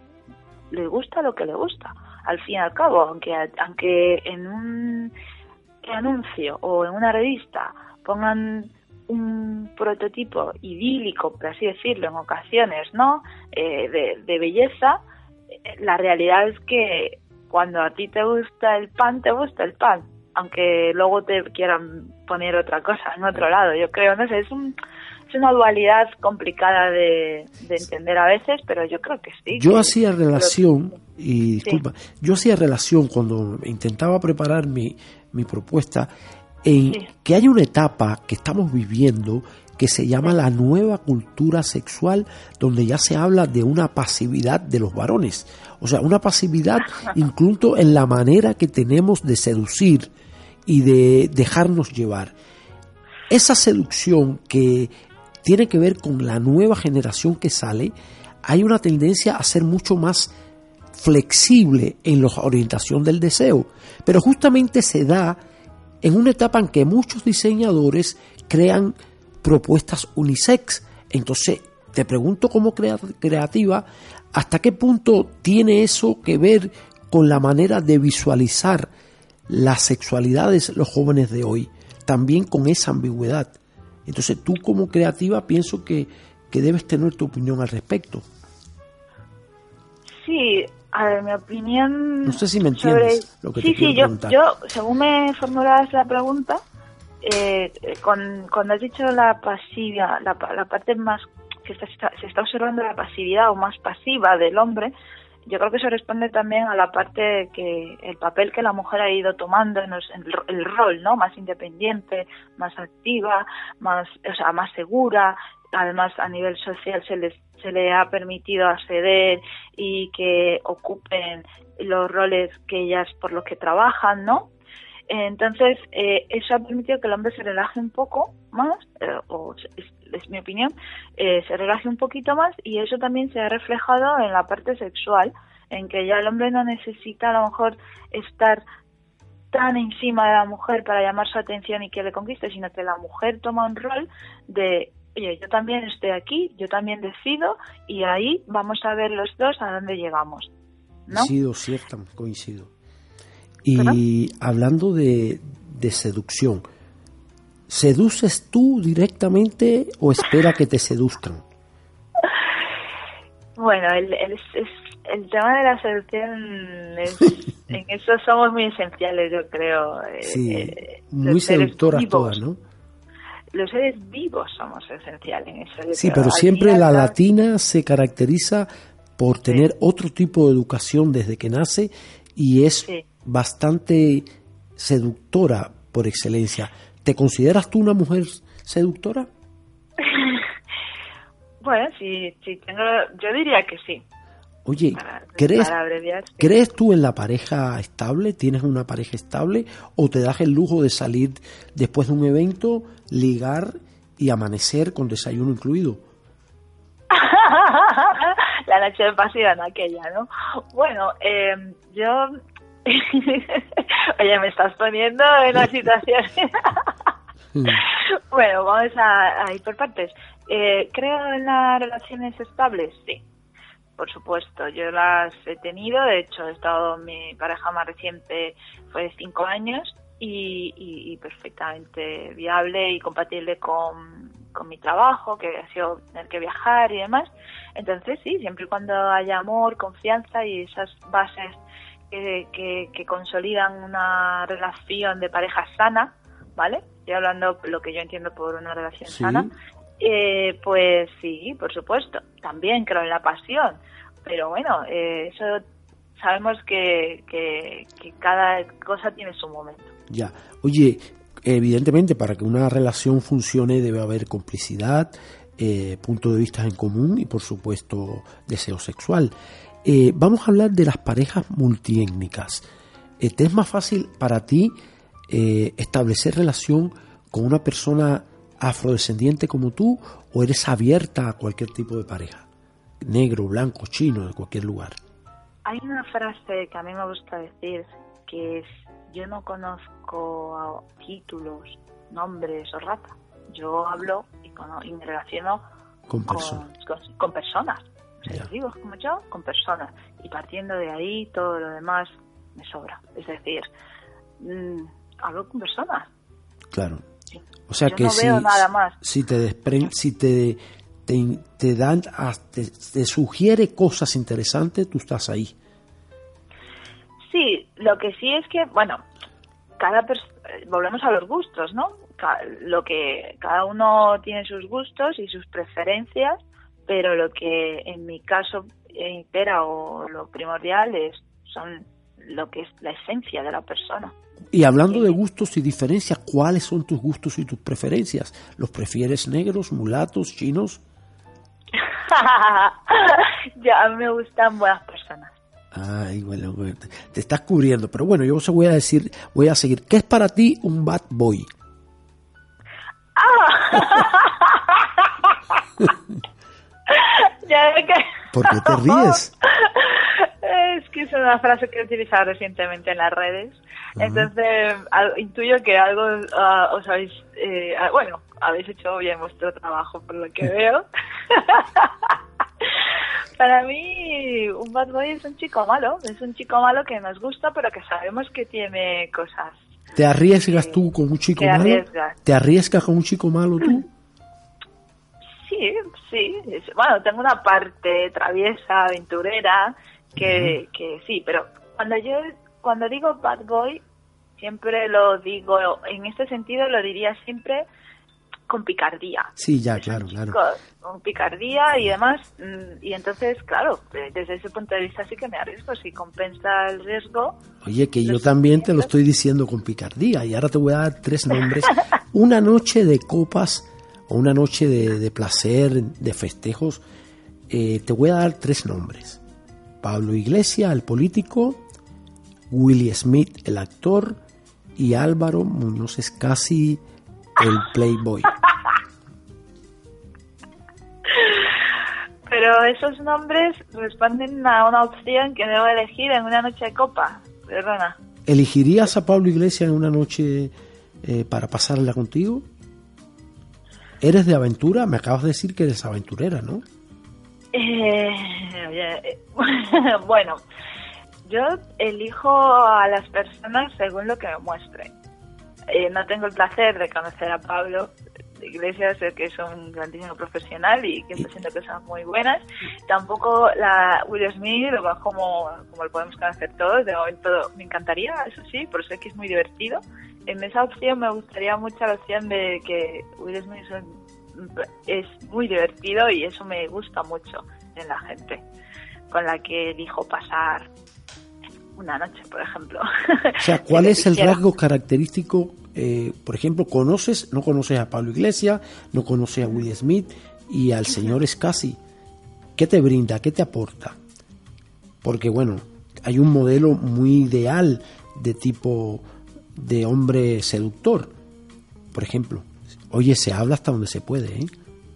le gusta lo que le gusta, al fin y al cabo, aunque aunque en un anuncio o en una revista pongan un prototipo idílico, por así decirlo, en ocasiones, ¿no? Eh, de, de belleza, la realidad es que cuando a ti te gusta el pan, te gusta el pan, aunque luego te quieran poner otra cosa en otro lado. Yo creo, no sé, es un es una dualidad complicada de, de entender a veces, pero yo creo que sí. Yo que, hacía relación, pero, y disculpa, sí. yo hacía relación cuando intentaba preparar mi, mi propuesta, en sí. que hay una etapa que estamos viviendo que se llama sí. la nueva cultura sexual, donde ya se habla de una pasividad de los varones, o sea, una pasividad incluso en la manera que tenemos de seducir y de dejarnos llevar. Esa seducción que tiene que ver con la nueva generación que sale, hay una tendencia a ser mucho más flexible en la orientación del deseo, pero justamente se da en una etapa en que muchos diseñadores crean propuestas unisex. Entonces, te pregunto como creativa, ¿hasta qué punto tiene eso que ver con la manera de visualizar las sexualidades de los jóvenes de hoy? También con esa ambigüedad. Entonces, tú como creativa pienso que, que debes tener tu opinión al respecto. Sí, a ver, mi opinión... No sé si me entiendes sobre... lo que sí, te quiero sí, yo, preguntar. yo, según me formulabas la pregunta, eh, con, cuando has dicho la pasiva, la, la parte más... que está, se está observando la pasividad o más pasiva del hombre, yo creo que eso responde también a la parte que el papel que la mujer ha ido tomando en, los, en el, el rol, ¿no? Más independiente, más activa, más, o sea, más segura. Además, a nivel social se les se le ha permitido acceder y que ocupen los roles que ellas por los que trabajan, ¿no? Entonces, eh, eso ha permitido que el hombre se relaje un poco más, eh, o es, es mi opinión, eh, se relaje un poquito más, y eso también se ha reflejado en la parte sexual, en que ya el hombre no necesita a lo mejor estar tan encima de la mujer para llamar su atención y que le conquiste, sino que la mujer toma un rol de, oye, yo también estoy aquí, yo también decido, y ahí vamos a ver los dos a dónde llegamos, ¿no? Coincido, cierta, coincido. Y hablando de, de seducción, ¿seduces tú directamente o espera que te seduzcan? Bueno, el, el, es, el tema de la seducción, es, en eso somos muy esenciales, yo creo. Sí, eh, muy seductoras todas, ¿no? Los seres vivos somos esenciales en eso. Yo Sí, creo. pero Al siempre final, la la- latina se caracteriza por tener otro tipo de educación desde que nace y es Sí. bastante seductora por excelencia. ¿Te consideras tú una mujer seductora? Bueno, sí, sí tengo, yo diría que sí. Oye, Para, ¿crees, para abreviar. Sí. ¿crees tú en la pareja estable? ¿Tienes una pareja estable? ¿O te das el lujo de salir después de un evento, ligar y amanecer con desayuno incluido? La noche de pasión aquella, ¿no? Bueno, eh, yo... Oye, me estás poniendo en una situación... Bueno, vamos a, a ir por partes. Eh, ¿Creo en las relaciones estables? Sí, por supuesto. Yo las he tenido. De hecho, he estado, mi pareja más reciente fue de cinco años y, y, y perfectamente viable y compatible con, con mi trabajo, que ha sido tener que viajar y demás. Entonces, sí, siempre y cuando haya amor, confianza y esas bases que, que, que consolidan una relación de pareja sana, ¿vale? Estoy hablando lo que yo entiendo por una relación Sí. sana. Eh, pues sí, por supuesto. También creo en la pasión. Pero bueno, eh, eso sabemos que, que, que cada cosa tiene su momento. Ya. Oye, evidentemente para que una relación funcione debe haber complicidad, eh, puntos de vista en común y por supuesto deseo sexual. Eh, vamos a hablar de las parejas multiétnicas. Eh, ¿Te es más fácil para ti eh, establecer relación con una persona afrodescendiente como tú o eres abierta a cualquier tipo de pareja? Negro, blanco, chino, de cualquier lugar. Hay una frase que a mí me gusta decir que es: yo no conozco títulos, nombres o raza. Yo hablo y, cono- y me relaciono Con con, personas. con, con personas. Ya. Seres vivos como yo, con personas. Y partiendo de ahí, todo lo demás me sobra. Es decir, mm, hablo con personas. Claro. Sí. O sea Yo que no si, veo nada más. si te despren, si te, te, te dan, a- te, te sugiere cosas interesantes, tú estás ahí. Sí, lo que sí es que, bueno, cada pers- eh, volvemos a los gustos, ¿no? Ca- Lo que cada uno tiene sus gustos y sus preferencias, pero lo que en mi caso eh, impera o lo primordial es son lo que es la esencia de la persona. Y hablando de gustos y diferencias, ¿cuáles son tus gustos y tus preferencias? ¿Los prefieres negros, mulatos, chinos? Ya, a mí me gustan buenas personas. Ay, bueno, bueno, te, te estás cubriendo. Pero bueno, yo se voy a decir, voy a seguir. ¿Qué es para ti un bad boy? Ya ve que... ¿Por qué te ríes? Es que es una frase que he utilizado recientemente en las redes. Entonces, al- intuyo que algo ah, os habéis... eh, ah, bueno, habéis hecho bien vuestro trabajo, por lo que veo. Para mí, un bad boy es un chico malo. Es un chico malo que nos gusta, pero que sabemos que tiene cosas. ¿Te arriesgas tú con un chico Te malo? arriesgas. ¿Te arriesgas con un chico malo tú? Sí, sí. es- Bueno, tengo una parte traviesa, aventurera, que, que sí, pero cuando yo cuando digo bad boy, siempre lo digo, en este sentido lo diría siempre con picardía. Sí, ya, Es claro, un claro. chico Con picardía y demás, mm, y entonces, claro, eh, desde ese punto de vista sí que me arriesgo, si compensa el riesgo. Oye, que yo Los también te lo sentimientos. estoy diciendo con picardía y ahora te voy a dar tres nombres. Una noche de copas o una noche de, de placer, de festejos, eh, te voy a dar tres nombres. Pablo Iglesias, el político, Willie Smith, el actor, y Álvaro Muñoz Escasi, el playboy. Pero esos nombres responden a una opción que debo elegir en una noche de copa. Perdona. ¿Elegirías a Pablo Iglesias en una noche eh, para pasarla contigo? ¿Eres de aventura? Me acabas de decir que eres aventurera, ¿no? Eh, oye, eh, bueno, yo elijo a las personas según lo que me muestren. Eh, no tengo el placer de conocer a Pablo, Iglesias, sé que es un grandísimo profesional y que está haciendo cosas muy buenas. Tampoco la Will Smith, lo más como, como lo podemos conocer todos, de momento me encantaría, eso sí, por eso es que es muy divertido. En esa opción me gustaría mucho la opción de que Will Smith es, un, es muy divertido y eso me gusta mucho en la gente con la que elijo pasar una noche, por ejemplo. O sea, ¿cuál es el rasgo característico? Eh, por ejemplo, ¿conoces, no conoces a Pablo Iglesias, no conoces a Will Smith y al señor Scassi? ¿Qué te brinda? ¿Qué te aporta? Porque, bueno, hay un modelo muy ideal de tipo de hombre seductor. Por ejemplo, oye, se habla hasta donde se puede, ¿eh?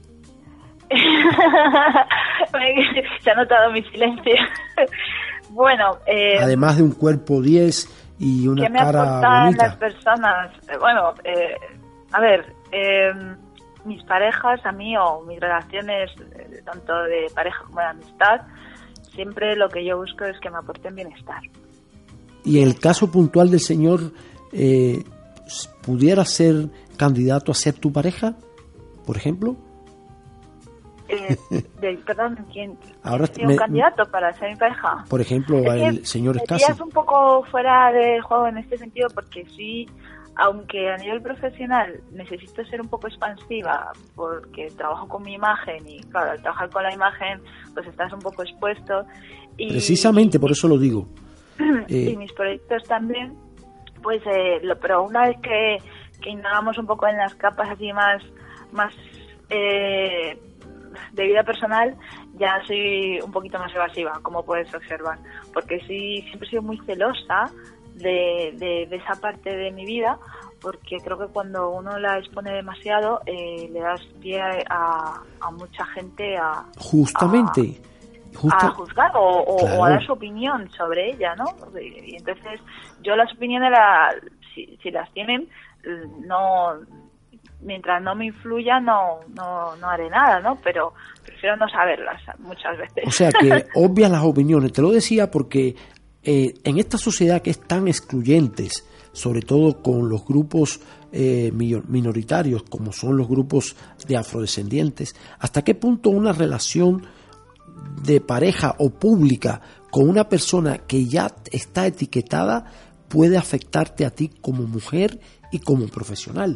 Se ha notado mi silencio. Bueno, eh, además de un cuerpo diez y una ¿qué me cara aportan bonita. las personas? Eh, bueno, eh, a ver, eh, mis parejas a mí o mis relaciones, eh, tanto de pareja como de amistad, siempre lo que yo busco es que me aporten bienestar. Y en el caso puntual del señor, eh, ¿pudiera ser candidato a ser tu pareja, por ejemplo? Eh, de, perdón, ¿quién? Ahora ¿Soy un me- candidato para ser mi pareja? Por ejemplo, Es que el señor me Scassi. pillas un poco fuera de juego en este sentido porque sí, aunque a nivel profesional necesito ser un poco expansiva porque trabajo con mi imagen y claro, al trabajar con la imagen pues estás un poco expuesto y, Precisamente, por eso lo digo. y Eh, mis proyectos también, pues eh, lo, pero una vez que, que indagamos un poco en las capas así más, más eh, de vida personal, ya soy un poquito más evasiva, como puedes observar, porque sí, siempre he sido muy celosa de, de, de esa parte de mi vida, porque creo que cuando uno la expone demasiado, eh, le das pie a, a mucha gente a, justamente. a justa- juzgar o, o- Claro. o a dar su opinión sobre ella, ¿no? Y entonces yo las opiniones, la, si, si las tienen, no, mientras no me influya, no, no, no haré nada, ¿no? Pero prefiero no saberlas muchas veces. O sea que obvias las opiniones. Te lo decía porque eh, en esta sociedad que es tan excluyentes, sobre todo con los grupos eh, mi- minoritarios, como son los grupos de afrodescendientes, ¿hasta qué punto una relación de pareja o pública con una persona que ya está etiquetada puede afectarte a ti como mujer y como profesional?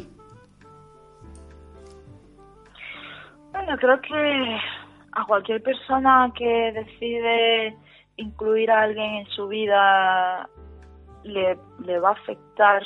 Bueno, creo que a cualquier persona que decide incluir a alguien en su vida le, le va a afectar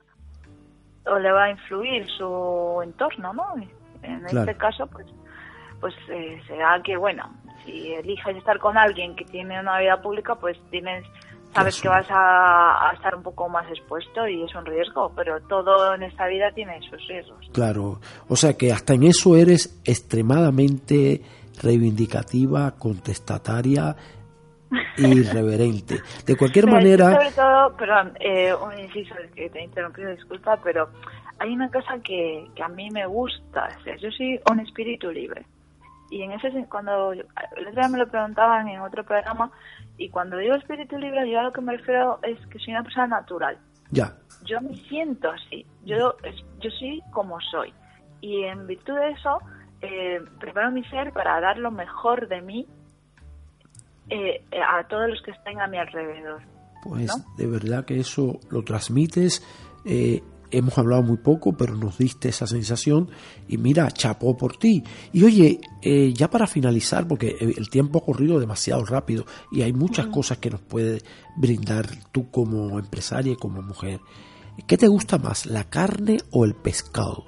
o le va a influir su entorno, ¿no? En Claro. este caso, pues, pues eh, será que, bueno, si eliges estar con alguien que tiene una vida pública, pues tienes, sabes Eso. que vas a, a estar un poco más expuesto y es un riesgo, pero todo en esta vida tiene sus riesgos. Claro, o sea que hasta en eso eres extremadamente reivindicativa, contestataria e irreverente. De cualquier Pero manera, sobre todo, perdón, eh, un inciso que te he interrumpido, disculpa, pero hay una cosa que, que a mí me gusta, o sea, yo soy un espíritu libre. Y en ese sen- cuando el otro día me lo preguntaban en otro programa, y cuando digo espíritu libre, yo a lo que me refiero es que soy una persona natural. ya, Yo me siento así, yo es- yo soy como soy. Y en virtud de eso, eh, preparo mi ser para dar lo mejor de mí eh, a todos los que estén a mi alrededor. pues ¿no? de verdad que eso lo transmites. eh, hemos hablado muy poco, pero nos diste esa sensación y mira, chapó por ti. Y oye, eh, ya para finalizar, porque el tiempo ha corrido demasiado rápido y hay muchas cosas que nos puede brindar tú como empresaria y como mujer. ¿Qué te gusta más, la carne o el pescado?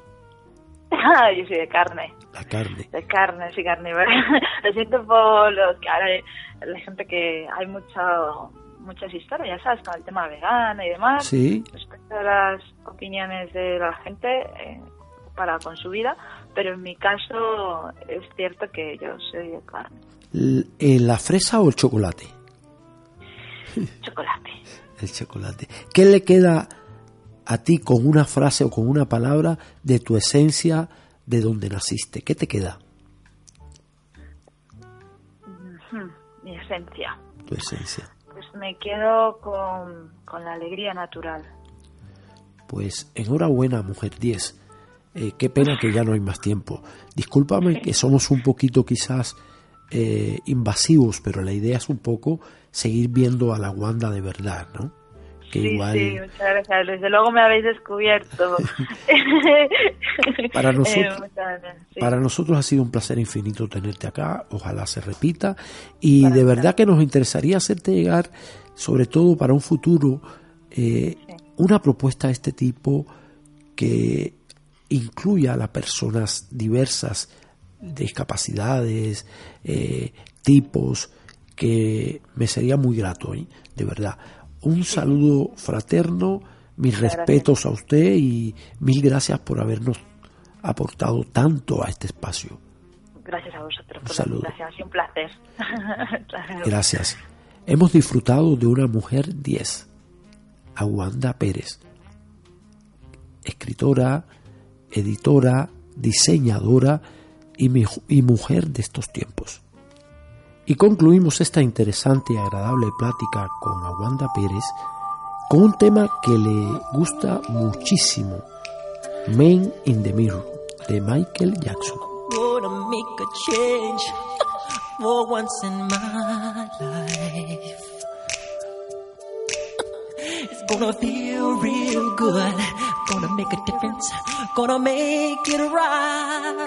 Yo soy de carne, La carne. de carne, sí, carnívora. Lo siento por los que ahora hay- la gente que hay mucho, muchas historias, ya sabes, con el tema vegano y demás. Sí. Respecto a las opiniones de la gente eh, para con su vida, pero en mi caso es cierto que yo soy de carne. L- eh, ¿La fresa o el chocolate? Chocolate. El chocolate. ¿Qué le queda a ti con una frase o con una palabra de tu esencia, de donde naciste? ¿Qué te queda? Ujú, mi esencia. Tu esencia. Pues me quedo con, con la alegría natural. Pues enhorabuena, Mujer diez. Eh, qué pena que ya no hay más tiempo. Discúlpame que somos un poquito quizás eh, invasivos, pero la idea es un poco seguir viendo a la Wanda de verdad, ¿no? Que sí, igual... sí, muchas gracias. Desde luego me habéis descubierto. para, nosotros, eh, gracias, sí. para nosotros ha sido un placer infinito tenerte acá. Ojalá se repita. Y para de verdad que nos interesaría hacerte llegar, sobre todo para un futuro, eh, sí. una propuesta de este tipo que incluya a las personas diversas, discapacidades, eh, tipos, que me sería muy grato, ¿eh? De verdad. Un sí. saludo fraterno, mis Muchas respetos gracias. A usted y mil gracias por habernos aportado tanto a este espacio. Gracias a vosotros. Un saludo. Gracias, ha sido un placer. Gracias. Hemos disfrutado de una mujer diez, a Wanda Pérez, escritora, editora, diseñadora y, mi, y mujer de estos tiempos. Y concluimos esta interesante y agradable plática con Wanda Pérez con un tema que le gusta muchísimo, Man in the Mirror, de Michael Jackson. Gonna make a change for once in my life. It's gonna feel real good. Gonna make a difference. Gonna make it right.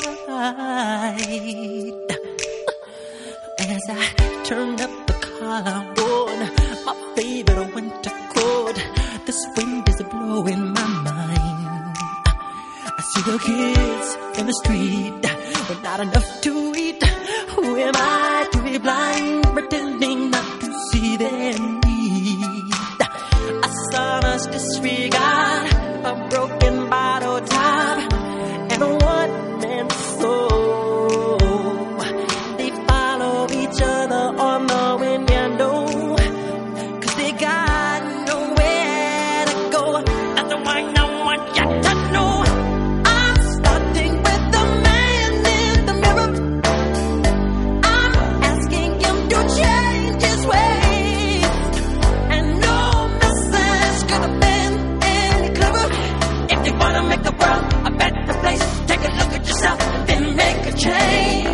As I turn up the collar on my favorite winter coat, this wind is blowing my mind. I see the kids in the street with not enough to eat. Who am I to be blind, pretending not to see their need? A son's disregard, a broken bottle top, and a one-man soul. They follow each other on the window, 'cause they got nowhere to go. That's why no one got to know. I'm starting with the man in the mirror. I'm asking him to change his ways, and no message could have been any clearer. If you wanna make the world a better place, take a look at yourself and then make a change.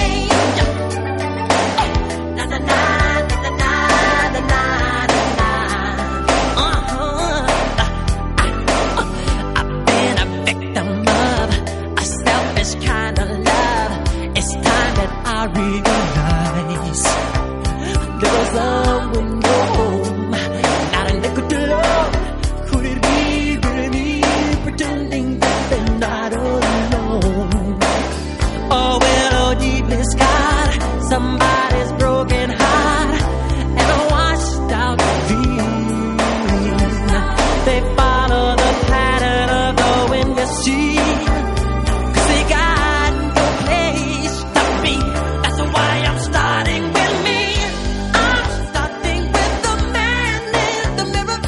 Na na na na na na na na. Uh-huh. I've been a victim of a selfish kind of love. It's time that I realize there was someone home, not a nickel to love. Could it be really me pretending that they're not alone? Oh well, deeply scarred, somebody's broken heart and a washed out dream. They follow the pattern of the wind, you see, 'cause they got no place to be. That's why I'm starting with me. I'm starting with the man in the mirror.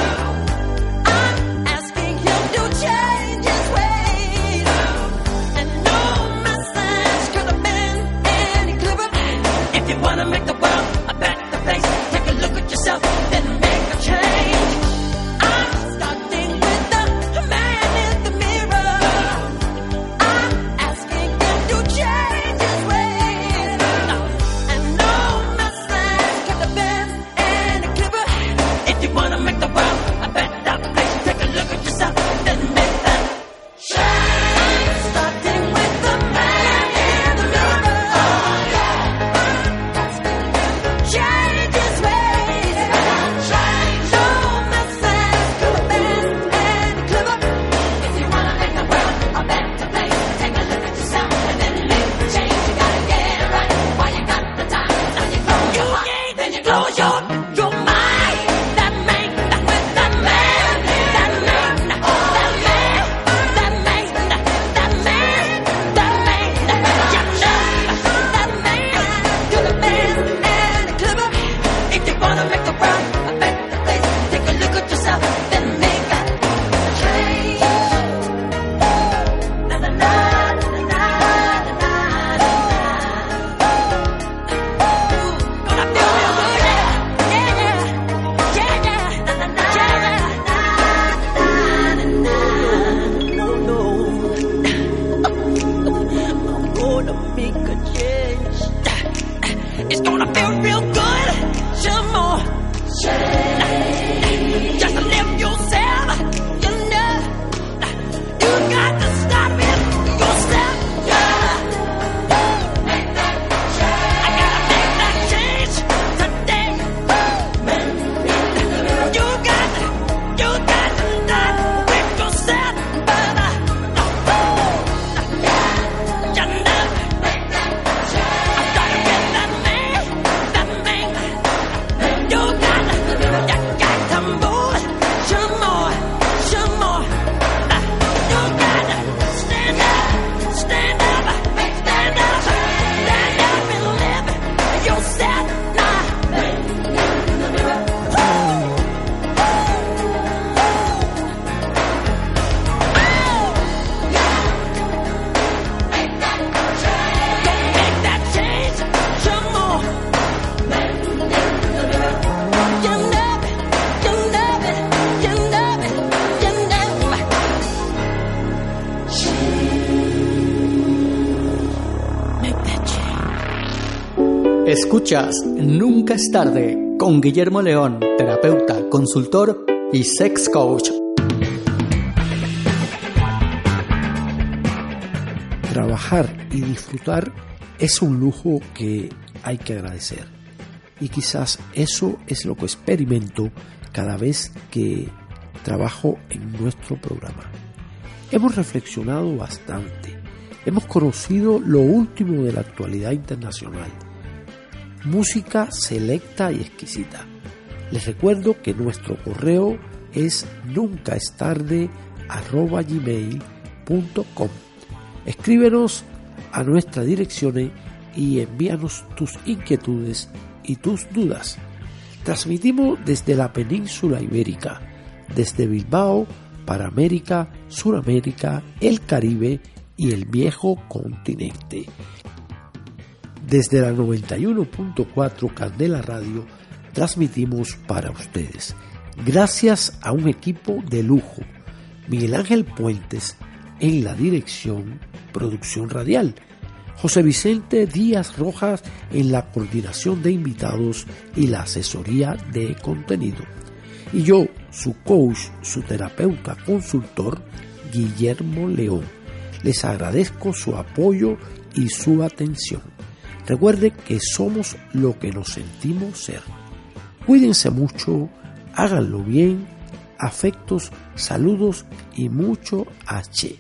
I'm asking him to change his ways, and no message could have been any clearer. If you wanna make the world a better place, take a look at yourself, then make a change. I'm starting with the man in the mirror. I'm asking him to change his ways, and no message could have been any clearer. If you wanna make the world a better place, take a look at yourself, then make that change. I'm starting with the man in the mirror. I'm asking him to change his ways, no message could have been any clearer. If you wanna make the world a better place, take a look at yourself and then make the change. You gotta get it right while you got the time. Now you close your heart, then you close your your mind. That man, that with that man, that man, that man, that man, that man, that man, that man, could have been any clearer. If you wanna make the world a better place, take a look at yourself, then make that change. Na na na na na na na na. Gonna feel real good, yeah, yeah, yeah, yeah, yeah. Na na na na na na na. No, no. Escuchas Nunca es tarde con Guillermo León, terapeuta, consultor y sex coach. Trabajar y disfrutar es un lujo que hay que agradecer. Y quizás eso es lo que experimento cada vez que trabajo en nuestro programa. Hemos reflexionado bastante. Hemos conocido lo último de la actualidad internacional. Música selecta y exquisita. Les recuerdo que nuestro correo es nuncaestarde arroba gmail punto com. Escríbenos a nuestras direcciones y envíanos tus inquietudes y tus dudas. Transmitimos desde la península ibérica, desde Bilbao para América, Suramérica, el Caribe y el viejo continente. Desde la noventa y uno punto cuatro Candela Radio transmitimos para ustedes. Gracias a un equipo de lujo. Miguel Ángel Puentes en la dirección, producción radial. José Vicente Díaz Rojas en la coordinación de invitados y la asesoría de contenido. Y yo, su coach, su terapeuta consultor, Guillermo León. Les agradezco su apoyo y su atención. Recuerde que somos lo que nos sentimos ser. Cuídense mucho, háganlo bien, afectos, saludos y mucho H.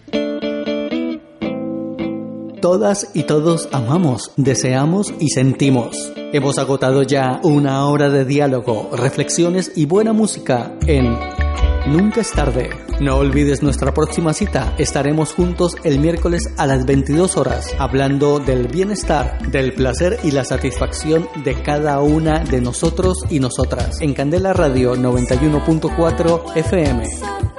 Todas y todos amamos, deseamos y sentimos. Hemos agotado ya una hora de diálogo, reflexiones y buena música en Nunca es tarde. No olvides nuestra próxima cita. Estaremos juntos el miércoles a las veintidós horas, hablando del bienestar, del placer y la satisfacción de cada una de nosotros y nosotras. En Candela Radio noventa y uno punto cuatro F M.